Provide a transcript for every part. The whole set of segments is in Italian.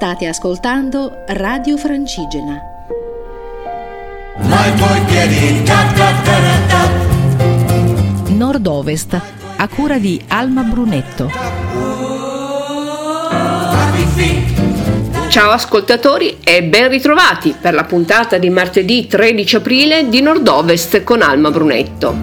State ascoltando Radio Francigena. Nord-Ovest, a cura di Alma Brunetto. Ciao ascoltatori e ben ritrovati per la puntata di martedì 13 aprile di Nord-Ovest con Alma Brunetto.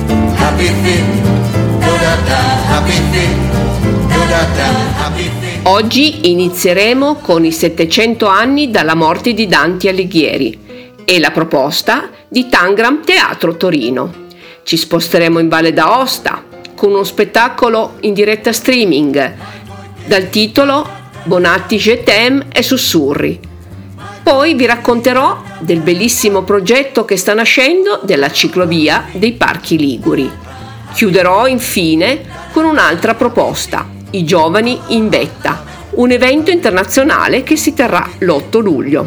Oggi inizieremo con i 700 anni dalla morte di Dante Alighieri e la proposta di Tangram Teatro Torino. Ci sposteremo in Valle d'Aosta con uno spettacolo in diretta streaming dal titolo Bonatti Je t'aime e sussurri. Poi vi racconterò del bellissimo progetto che sta nascendo della ciclovia dei Parchi Liguri. Chiuderò infine con un'altra proposta, i giovani in vetta, un evento internazionale che si terrà l'8 luglio.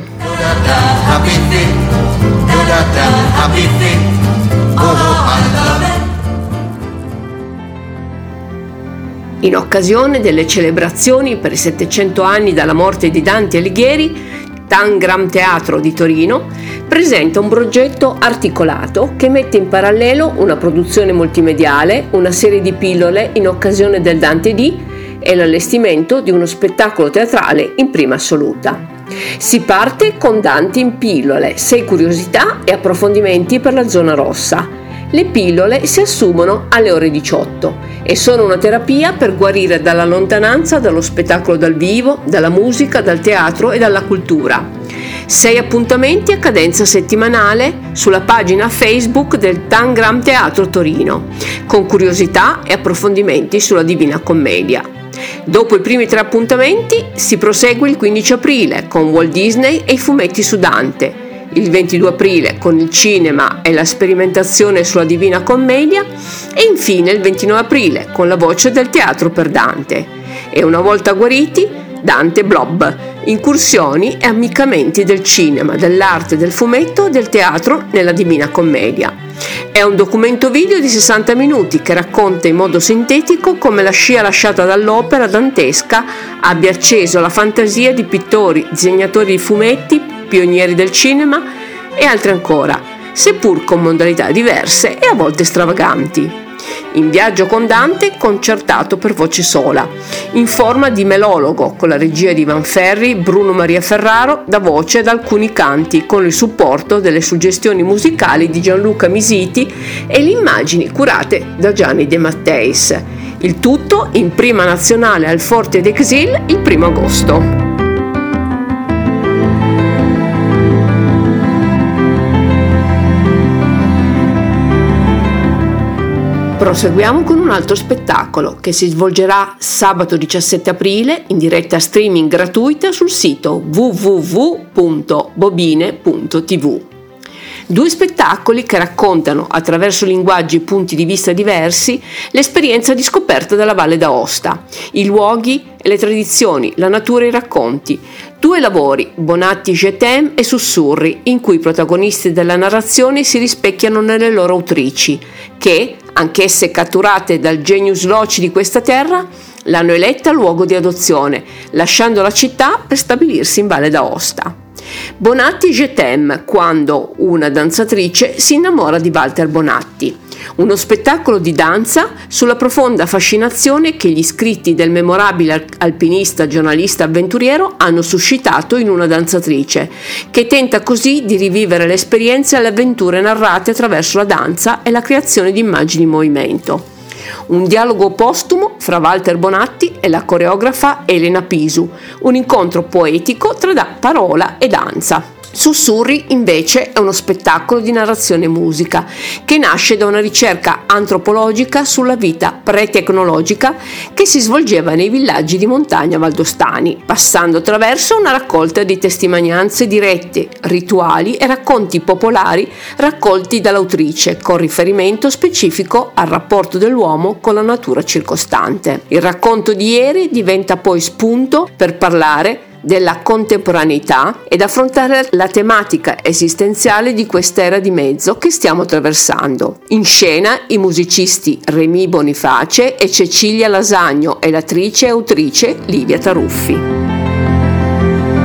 In occasione delle celebrazioni per i 700 anni dalla morte di Dante Alighieri, Tangram Teatro di Torino presenta un progetto articolato che mette in parallelo una produzione multimediale, una serie di pillole in occasione del Dante D e l'allestimento di uno spettacolo teatrale in prima assoluta. Si parte con Dante in pillole, 6 curiosità e approfondimenti per la zona rossa. Le pillole si assumono alle ore 18 e sono una terapia per guarire dalla lontananza dallo spettacolo dal vivo, dalla musica, dal teatro e dalla cultura. 6 appuntamenti a cadenza settimanale sulla pagina Facebook del Tangram Teatro Torino, con curiosità e approfondimenti sulla Divina Commedia. Dopo i primi 3 appuntamenti si prosegue il 15 aprile con Walt Disney e i fumetti su Dante, il 22 aprile con il cinema e la sperimentazione sulla Divina Commedia e infine il 29 aprile con la voce del teatro per Dante. E una volta guariti, Dante Blob, incursioni e ammiccamenti del cinema, dell'arte, del fumetto e del teatro nella Divina Commedia. È un documento video di 60 minuti che racconta in modo sintetico come la scia lasciata dall'opera dantesca abbia acceso la fantasia di pittori, disegnatori di fumetti, pionieri del cinema e altri ancora, seppur con modalità diverse e a volte stravaganti. In viaggio con Dante concertato per voce sola, in forma di melologo con la regia di Ivan Ferri, Bruno Maria Ferraro da voce ad alcuni canti con il supporto delle suggestioni musicali di Gianluca Misiti e le immagini curate da Gianni De Matteis. Il tutto in prima nazionale al Forte d'Exil il 1 agosto. Proseguiamo con un altro spettacolo che si svolgerà sabato 17 aprile in diretta streaming gratuita sul sito www.bobine.tv. 2 spettacoli che raccontano, attraverso linguaggi e punti di vista diversi, l'esperienza di scoperta della Valle d'Aosta, i luoghi e le tradizioni, la natura e i racconti. 2 lavori, Bonatti Je t'aime e Sussurri, in cui i protagonisti della narrazione si rispecchiano nelle loro autrici, che, anch'esse catturate dal genius loci di questa terra, l'hanno eletta luogo di adozione, lasciando la città per stabilirsi in Valle d'Aosta. Bonatti Je t'aime, quando una danzatrice si innamora di Walter Bonatti, uno spettacolo di danza sulla profonda fascinazione che gli scritti del memorabile alpinista, giornalista, avventuriero hanno suscitato in una danzatrice, che tenta così di rivivere le esperienze e le avventure narrate attraverso la danza e la creazione di immagini in movimento. Un dialogo postumo fra Walter Bonatti e la coreografa Elena Pisu, un incontro poetico tra parola e danza. Sussurri invece è uno spettacolo di narrazione e musica che nasce da una ricerca antropologica sulla vita pre-tecnologica che si svolgeva nei villaggi di montagna valdostani, passando attraverso una raccolta di testimonianze dirette, rituali e racconti popolari raccolti dall'autrice con riferimento specifico al rapporto dell'uomo con la natura circostante. Il racconto di ieri diventa poi spunto per parlare della contemporaneità ed affrontare la tematica esistenziale di quest'era di mezzo che stiamo attraversando. In scena i musicisti Remy Boniface e Cecilia Lasagno e l'attrice e autrice Livia Taruffi.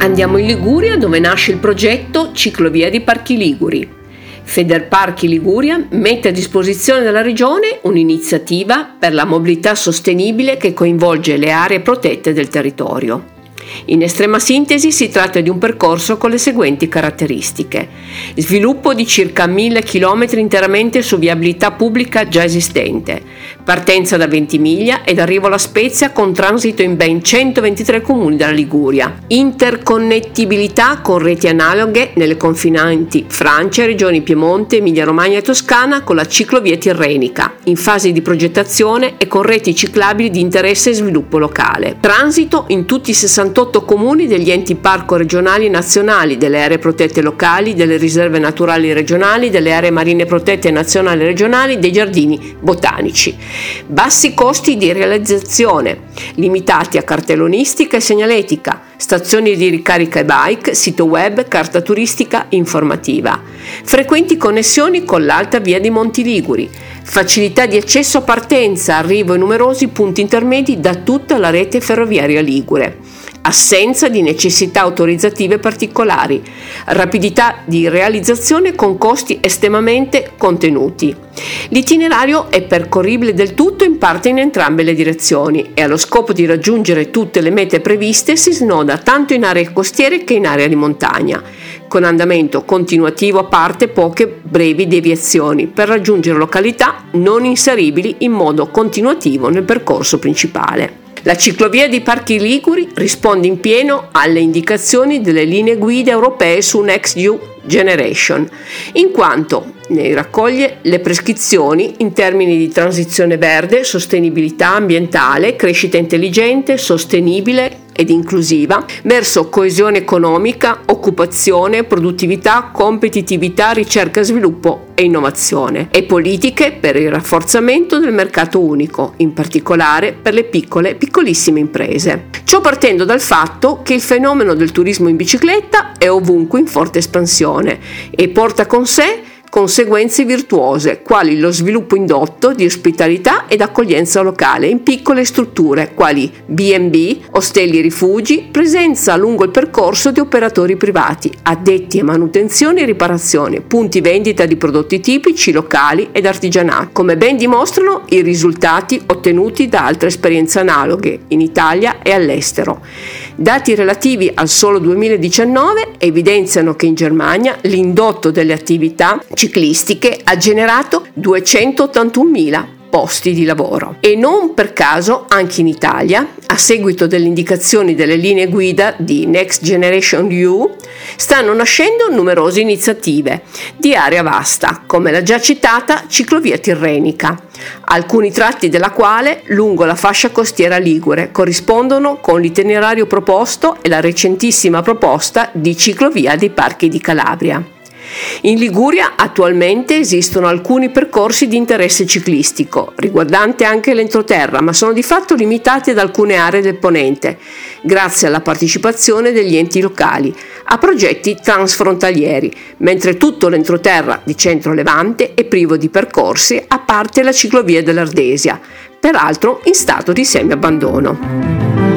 Andiamo in Liguria, dove nasce il progetto Ciclovia di Parchi Liguri. Federparchi Liguria mette a disposizione della Regione un'iniziativa per la mobilità sostenibile che coinvolge le aree protette del territorio. In estrema sintesi si tratta di un percorso con le seguenti caratteristiche: sviluppo di circa 1000 km interamente su viabilità pubblica già esistente, partenza da Ventimiglia ed arrivo alla Spezia con transito in ben 123 comuni della Liguria, interconnettibilità con reti analoghe nelle confinanti Francia, regioni Piemonte, Emilia Romagna e Toscana con la ciclovia tirrenica, in fase di progettazione e con reti ciclabili di interesse e sviluppo locale, transito in tutti i 68 comuni degli enti parco regionali e nazionali, delle aree protette locali, delle riserve naturali regionali, delle aree marine protette nazionali e regionali, dei giardini botanici. Bassi costi di realizzazione, limitati a cartellonistica e segnaletica, stazioni di ricarica e bike, sito web, carta turistica informativa. Frequenti connessioni con l'Alta Via di Monti Liguri, facilità di accesso a partenza, arrivo e numerosi punti intermedi da tutta la rete ferroviaria ligure. Assenza di necessità autorizzative particolari, rapidità di realizzazione con costi estremamente contenuti. L'itinerario è percorribile del tutto in parte in entrambe le direzioni e allo scopo di raggiungere tutte le mete previste si snoda tanto in aree costiere che in area di montagna, con andamento continuativo a parte poche brevi deviazioni per raggiungere località non inseribili in modo continuativo nel percorso principale. La ciclovia di Parchi Liguri risponde in pieno alle indicazioni delle linee guida europee su Next Generation, in quanto ne raccoglie le prescrizioni in termini di transizione verde, sostenibilità ambientale, crescita intelligente, sostenibile ed inclusiva, verso coesione economica, occupazione, produttività, competitività, ricerca, sviluppo e innovazione, e politiche per il rafforzamento del mercato unico, in particolare per le piccolissime imprese. Ciò partendo dal fatto che il fenomeno del turismo in bicicletta è ovunque in forte espansione e porta con sé conseguenze virtuose, quali lo sviluppo indotto di ospitalità ed accoglienza locale in piccole strutture, quali B&B, ostelli e rifugi, presenza lungo il percorso di operatori privati, addetti a manutenzione e riparazione, punti vendita di prodotti tipici, locali ed artigianali, come ben dimostrano i risultati ottenuti da altre esperienze analoghe in Italia e all'estero. Dati relativi al solo 2019 evidenziano che in Germania l'indotto delle attività ciclistiche ha generato 281.000 posti di lavoro. E non per caso anche in Italia, a seguito delle indicazioni delle linee guida di Next Generation EU, stanno nascendo numerose iniziative di area vasta, come la già citata ciclovia tirrenica, alcuni tratti della quale lungo la fascia costiera ligure corrispondono con l'itinerario proposto e la recentissima proposta di ciclovia dei Parchi di Calabria. In Liguria attualmente esistono alcuni percorsi di interesse ciclistico, riguardante anche l'entroterra, ma sono di fatto limitati ad alcune aree del ponente, grazie alla partecipazione degli enti locali a progetti transfrontalieri, mentre tutto l'entroterra di centro-levante è privo di percorsi, a parte la ciclovia dell'Ardesia, peraltro in stato di semiabbandono.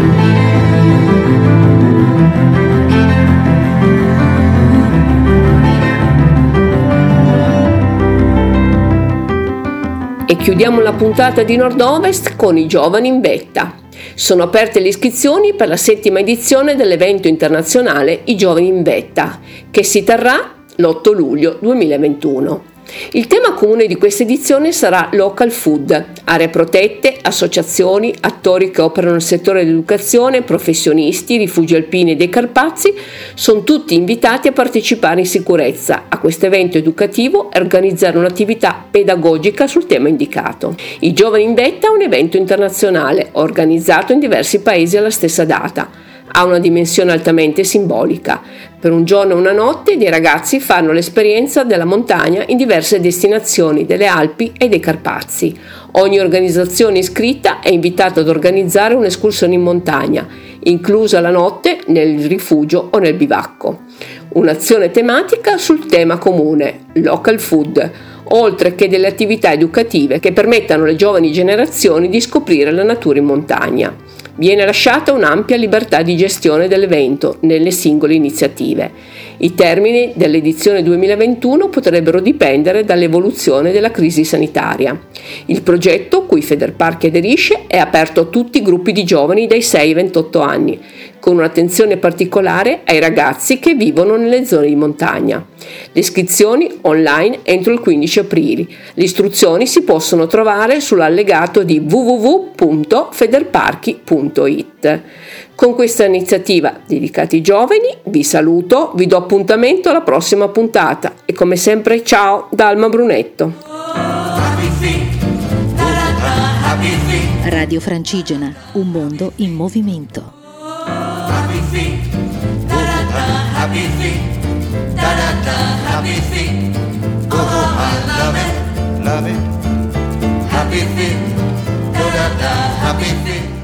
E chiudiamo la puntata di Nord-Ovest con i giovani in vetta. Sono aperte le iscrizioni per la 7ª edizione dell'evento internazionale I Giovani in Vetta, che si terrà l'8 luglio 2021. Il tema comune di questa edizione sarà Local Food, aree protette, associazioni, attori che operano nel settore dell'educazione, professionisti, rifugi alpini e dei Carpazi, sono tutti invitati a partecipare in sicurezza a questo evento educativo e organizzare un'attività pedagogica sul tema indicato. I Giovani in Vetta è un evento internazionale organizzato in diversi paesi alla stessa data. Ha una dimensione altamente simbolica. Per un giorno e una notte dei ragazzi fanno l'esperienza della montagna in diverse destinazioni delle Alpi e dei Carpazi. Ogni organizzazione iscritta è invitata ad organizzare un'escursione in montagna, inclusa la notte nel rifugio o nel bivacco. Un'azione tematica sul tema comune, Local Food, oltre che delle attività educative che permettano alle giovani generazioni di scoprire la natura in montagna. Viene lasciata un'ampia libertà di gestione dell'evento nelle singole iniziative. I termini dell'edizione 2021 potrebbero dipendere dall'evoluzione della crisi sanitaria. Il progetto, cui Federparchi aderisce, è aperto a tutti i gruppi di giovani dai 6 ai 28 anni, con un'attenzione particolare ai ragazzi che vivono nelle zone di montagna. Le iscrizioni online entro il 15 aprile. Le istruzioni si possono trovare sull'allegato di www.federparchi.it. Con questa iniziativa dedicata ai giovani vi saluto, vi do appuntamento alla prossima puntata e come sempre ciao da Alma Brunetto. Radio Francigena, un mondo in movimento. Happy feet, happy feet, happy feet. Oh, I love it, happy feet, happy feet.